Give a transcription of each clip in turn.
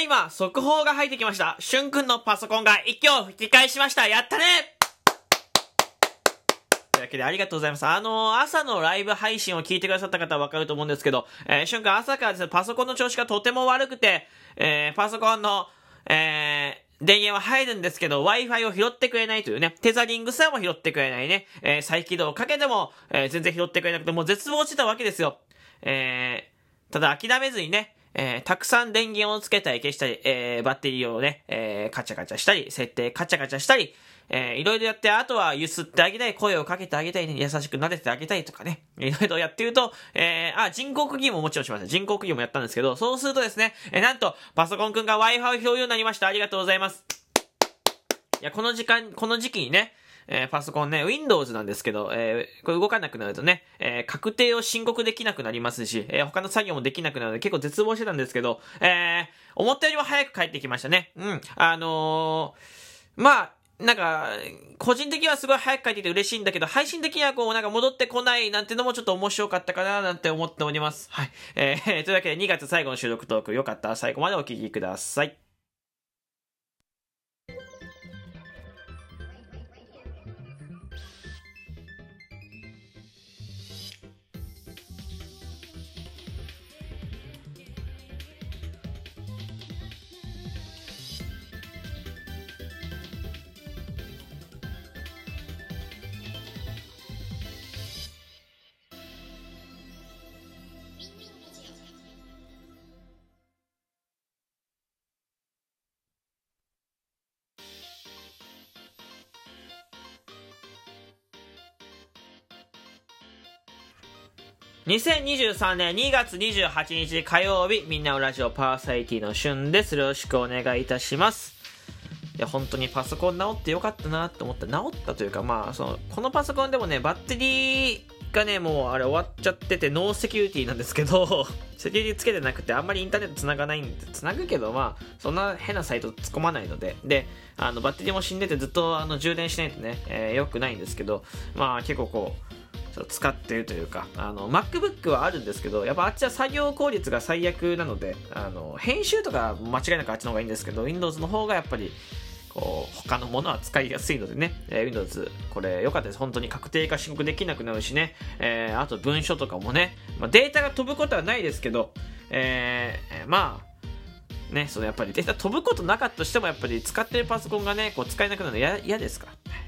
今、速報が入ってきました。しゅんくんのパソコンが一挙吹き返しました。やったね。というわけでありがとうございます。朝のライブ配信を聞いてくださった方はわかると思うんですけど、しゅんくん朝からですね、パソコンの調子がとても悪くて、パソコンの、電源は入るんですけど、Wi-Fi を拾ってくれないというね、テザリングさえも拾ってくれないね、再起動をかけても、全然拾ってくれなくて、もう絶望してたわけですよ。ただ諦めずにね、たくさん電源をつけたり消したり、バッテリーをね、カチャカチャしたり、設定カチャカチャしたり、いろいろやって、あとは揺すってあげたい、声をかけてあげたいね、優しく撫でてあげたいとかね、いろいろやってると、人工呼吸ももちろんしました。人工呼吸もやったんですけど、そうするとですね、なんと、パソコンくんが Wi-Fi を拾うようになりました。ありがとうございます。いや、この時期にね、パソコンね、Windows なんですけど、これ動かなくなるとね、確定を申告できなくなりますし、他の作業もできなくなるので結構絶望してたんですけど、思ったよりも早く帰ってきましたね。なんか、個人的にはすごい早く帰ってきて嬉しいんだけど、配信的にはこう、なんか戻ってこないなんてのもちょっと面白かったかななんて思っております。はい。というわけで2月最後の収録トーク、よかったら最後までお聞きください。2023年2月28日火曜日、みんなのラジオパーサイティのしゅんです。よろしくお願いいたします。いや、本当にパソコン直ってよかったなって思った。直ったというか、このパソコンでもね、バッテリーがね、もうあれ終わっちゃってて、ノーセキュリティなんですけど、セキュリティつけてなくて、あんまりインターネット繋がないんで、繋ぐけど、そんな変なサイト突っ込まないので、で、バッテリーも死んでてずっと充電しないとね、良くないんですけど、結構こう、使ってるというか、MacBook はあるんですけど、やっぱあっちは作業効率が最悪なので、編集とか間違いなくあっちの方がいいんですけど、Windows の方がやっぱり、こう、他のものは使いやすいのでね、Windows、これ良かったです。本当に確定化申告できなくなるしね、あと文書とかもね、データが飛ぶことはないですけど、ね、やっぱりデータ飛ぶことなかったとしてもやっぱり使ってるパソコンがね、こう使えなくなるの嫌ですから。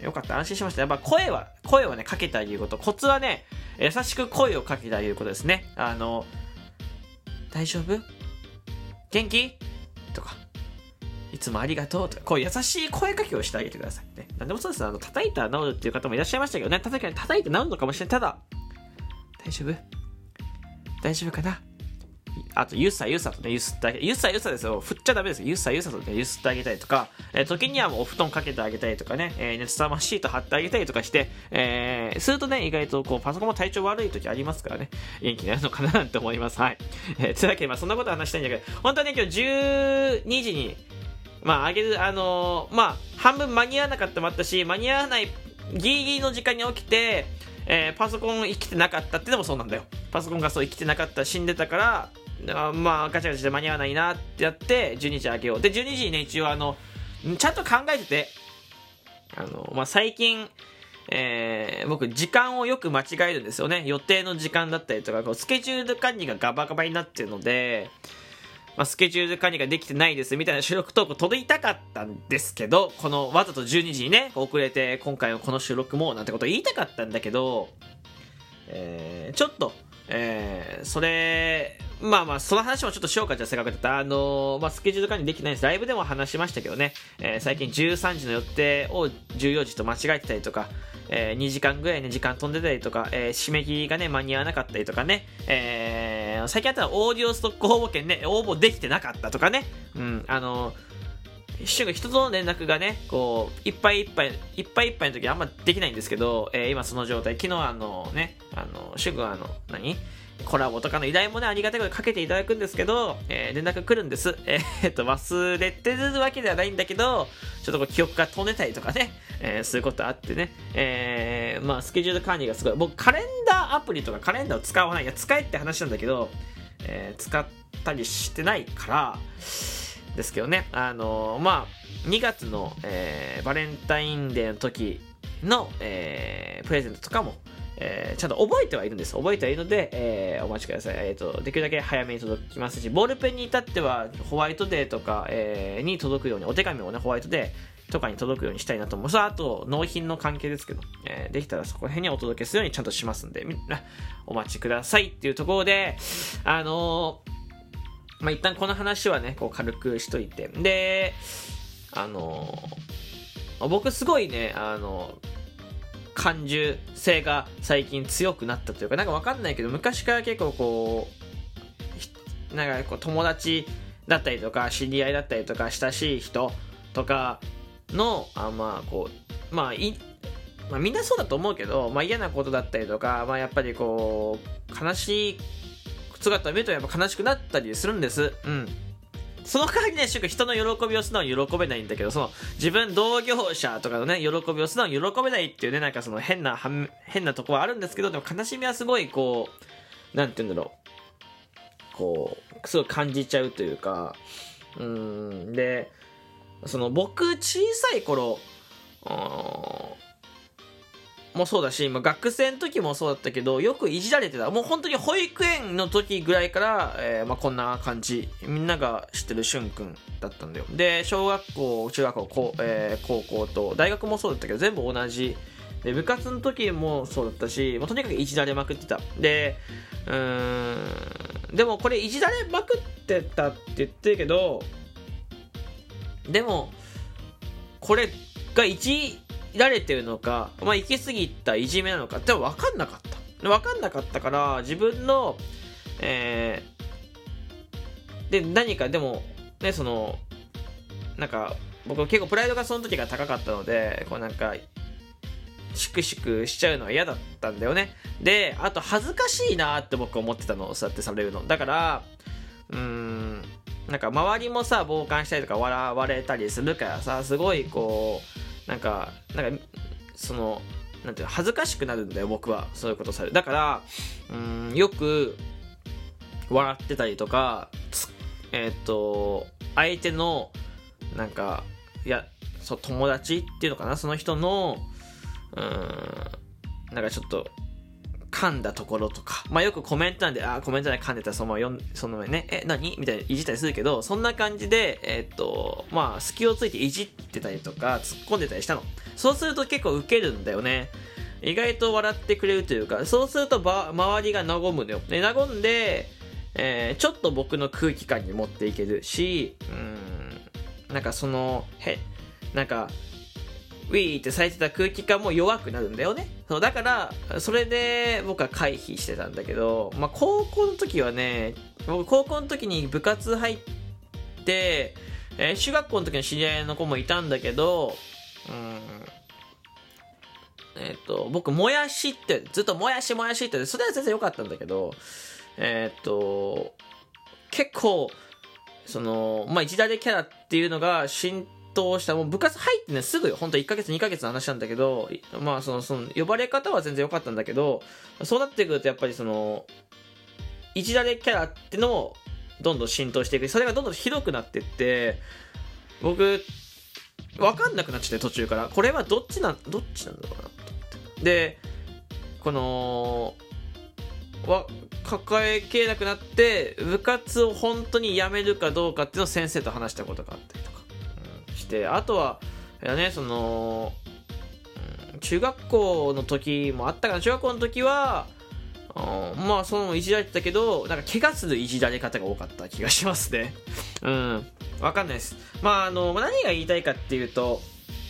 よかった、安心しました。やっぱ声はね、かけてあげること。コツはね、優しく声をかけてあげることですね。大丈夫？元気？とか、いつもありがとうとか、こう優しい声かけをしてあげてくださいね。なんでもそうです。叩いたら治るっていう方もいらっしゃいましたけどね、叩いて治るのかもしれない。ただ、大丈夫かな？あと、ゆさとね、ゆすってあげ、ゆさですよ。振っちゃダメですよ。ゆさとね、ゆすってあげたりとか、時にはもうお布団かけてあげたりとかね、熱さまシート貼ってあげたりとかして、するとね、意外とこう、パソコンも体調悪い時ありますからね、元気になるのかななんて思います。はい。というわけで、そんなこと話したいんだけど、本当はね、今日12時に、あげる、半分間に合わなかったもあったし、間に合わないギリギリの時間に起きて、パソコン生きてなかったってのもそうなんだよ。パソコンがそう生きてなかった、死んでたから、ガチャガチャして間に合わないなってやって12時開けよう。で12時にね、一応ちゃんと考えてて、最近僕時間をよく間違えるんですよね。予定の時間だったりとか、こうスケジュール管理がガバガバになってるので、スケジュール管理ができてないですみたいな収録トークを取りたかったんですけど、わざと12時にね遅れて今回はこの収録もなんてことを言いたかったんだけど、ちょっとその話もちょっとしようか。じゃあせっかくだったらスケジュール管理できないです。ライブでも話しましたけどね、最近13時の予定を14時と間違えてたりとか、2時間ぐらいね時間飛んでたりとか、締め切りがね間に合わなかったりとかね、最近あったらオーディオストック応募券ね応募できてなかったとかね、人との連絡がねこういっぱいいっぱいの時あんまできないんですけど、今その状態。昨日シュグコラボとかの依頼もねありがたいことかけていただくんですけど、連絡来るんです。忘れてるわけではないんだけど、ちょっとこう記憶が飛んでたりとかね、そういうことあってね、スケジュール管理がすごい。僕カレンダーアプリとかカレンダーを使わない。いや使えって話なんだけど、使ったりしてないからですけどね、2月の、バレンタインデーの時の、プレゼントとかも、ちゃんと覚えてはいるんです。覚えてはいるので、お待ちください。できるだけ早めに届きますし、ボールペンに至ってはホワイトデーとか、に届くように、お手紙をね、ホワイトデーとかに届くようにしたいなと思う。それはあと、納品の関係ですけど、できたらそこら辺にお届けするようにちゃんとしますんで、みんなお待ちくださいっていうところで、一旦この話はね、こう軽くしといて。で、僕すごいね、感受性が最近強くなったというか、なんかわかんないけど、昔から結構こう、なんかこう友達だったりとか、知り合いだったりとか、親しい人とかの、みんなそうだと思うけど、嫌なことだったりとか、やっぱりこう、悲しい姿を見るとやっぱ悲しくなったりするんです。うん。その代わりね、人の喜びを素直に喜べないんだけど、自分同業者とかのね、喜びを素直に喜べないっていうね、なんかその変なとこはあるんですけど、でも悲しみはすごいこう、なんて言うんだろう。こう、すごい感じちゃうというか、で、僕小さい頃、もそうだし、学生の時もそうだったけど、よくいじられてた。もう本当に保育園の時ぐらいから、こんな感じ。みんなが知ってるしゅんくんだったんだよ。で、小学校、中学校、高校と、大学もそうだったけど、全部同じ。で、部活の時もそうだったし、とにかくいじられまくってた。で、でもこれいじられまくってたって言ってるけど、でも、これがられてるのか、行き過ぎたいじめなのかって分かんなかったから自分の、で何かでもね、なんか僕結構プライドがその時が高かったので、こうなんかしくしくしちゃうのは嫌だったんだよね。で、あと恥ずかしいなって僕思ってたの、そうやってされるのだから、なんか周りもさ傍観したりとか笑われたりするからさ、すごいこうなんかなんていうの、恥ずかしくなるんだよ、僕は。そういうことされる。だから、よく笑ってたりとか、相手の、なんか、友達っていうのかな、その人の、なんかちょっと、噛んだところとか、よくコメントなんで、コメントで噛んでたらその上ね、何みたいないじったりするけど、そんな感じで、隙をついていじってたりとか、突っ込んでたりしたの。そうすると結構ウケるんだよね。意外と笑ってくれるというか、そうすると周りが和むのよ。で、和んで、ちょっと僕の空気感に持っていけるし、なんかなんか、ウィーってされてた空気感も弱くなるんだよね。だから、それで僕は回避してたんだけど、高校の時はね、僕高校の時に部活入って、中学校の時の知り合いの子もいたんだけど、僕、もやしって、ずっともやしって、それは全然良かったんだけど、結構、いじられキャラっていうのが浸透した、もう部活入ってね、すぐよ、ほんと1ヶ月2ヶ月の話なんだけど、呼ばれ方は全然良かったんだけど、そうなってくるとやっぱりいじられキャラってのもどんどん浸透していく。それがどんどんひどくなっていって、僕、わかんなくなっちゃって、途中から。これはどっちなんだろうな、と思って。で、抱えきれなくなって、部活を本当にやめるかどうかっていうのを先生と話したことがあったりとか、して、あとは、中学校の時もあったかな。中学校の時は、いじられてたけど、なんか怪我するいじられ方が多かった気がしますね。わかんないです。何が言いたいかっていうと、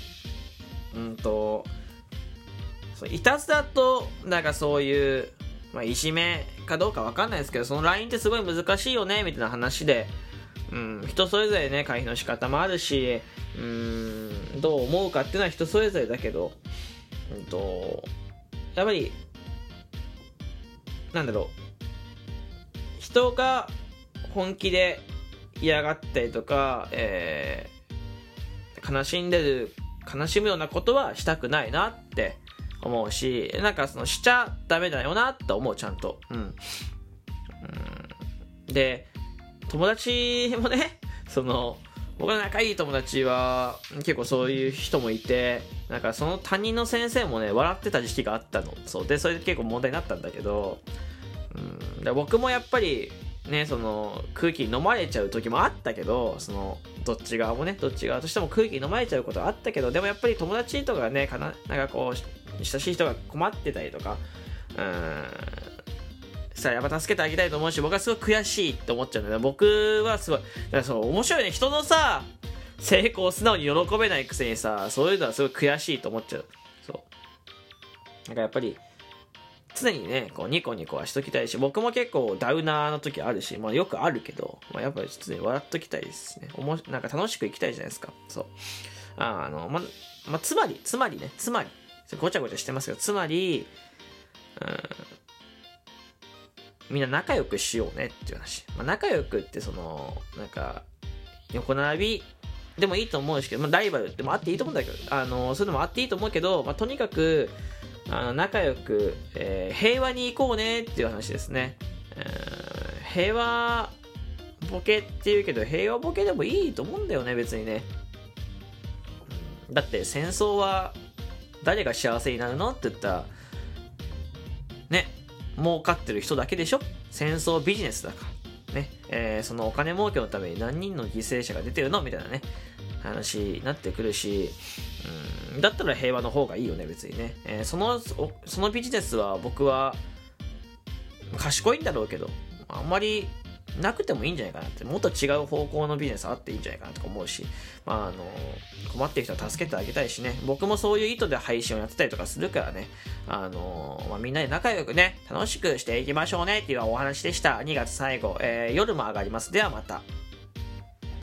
いたずらと、なんかそういう、いじめかどうかわかんないですけど、そのラインってすごい難しいよね、みたいな話で、人それぞれね、回避の仕方もあるし、どう思うかっていうのは人それぞれだけど、やっぱり、なんだろう、人が本気で嫌がったりとか、悲しむようなことはしたくないなって思うし、なんかしちゃダメだよなって思う、ちゃんと。で、友達もね、 僕の仲いい友達は結構そういう人もいて、なんかその担任の先生もね笑ってた時期があったの。そうで、それで結構問題になったんだけど、で僕もやっぱりね、その空気に飲まれちゃう時もあったけど、そのどっち側としても空気に飲まれちゃうことはあったけど、でもやっぱり友達とかがね、なんかこう親しい人が困ってたりとかさあやっぱ助けてあげたいと思うし、僕はすごい悔しいって思っちゃうんだよね。僕はすごい、だからそう面白いね、人のさ成功を素直に喜べないくせにさ、そういうのはすごい悔しいと思っちゃう。そうなんかやっぱり常にねこうニコニコはしときたいし、僕も結構ダウナーの時あるし、まあよくあるけど、まあ、やっぱり常に笑っときたいですね。なんか楽しく生きたいじゃないですか。そうつまりごちゃごちゃしてますけど、つまりみんな仲良くしようねっていう話。仲良くってそのなんか横並びでもいいと思うしけど、ライバルでもあっていいと思うんだけど、それでもあっていいと思うけど、とにかく仲良く、平和に行こうねっていう話ですね。平和ボケっていうけど、平和ボケでもいいと思うんだよね、別にね。だって戦争は誰が幸せになるのって言ったらね、儲かってる人だけでしょ。戦争ビジネスだからね、そのお金儲けのために何人の犠牲者が出てるのみたいなね話になってくるし、だったら平和の方がいいよね、別にね。そのビジネスは僕は賢いんだろうけど、あんまりなくてもいいんじゃないかなって、もっと違う方向のビジネスあっていいんじゃないかなとか思うし、困ってる人は助けてあげたいしね。僕もそういう意図で配信をやってたりとかするからね、みんなで仲良くね楽しくしていきましょうねっていうお話でした。2月最後、夜も上がります。ではまた。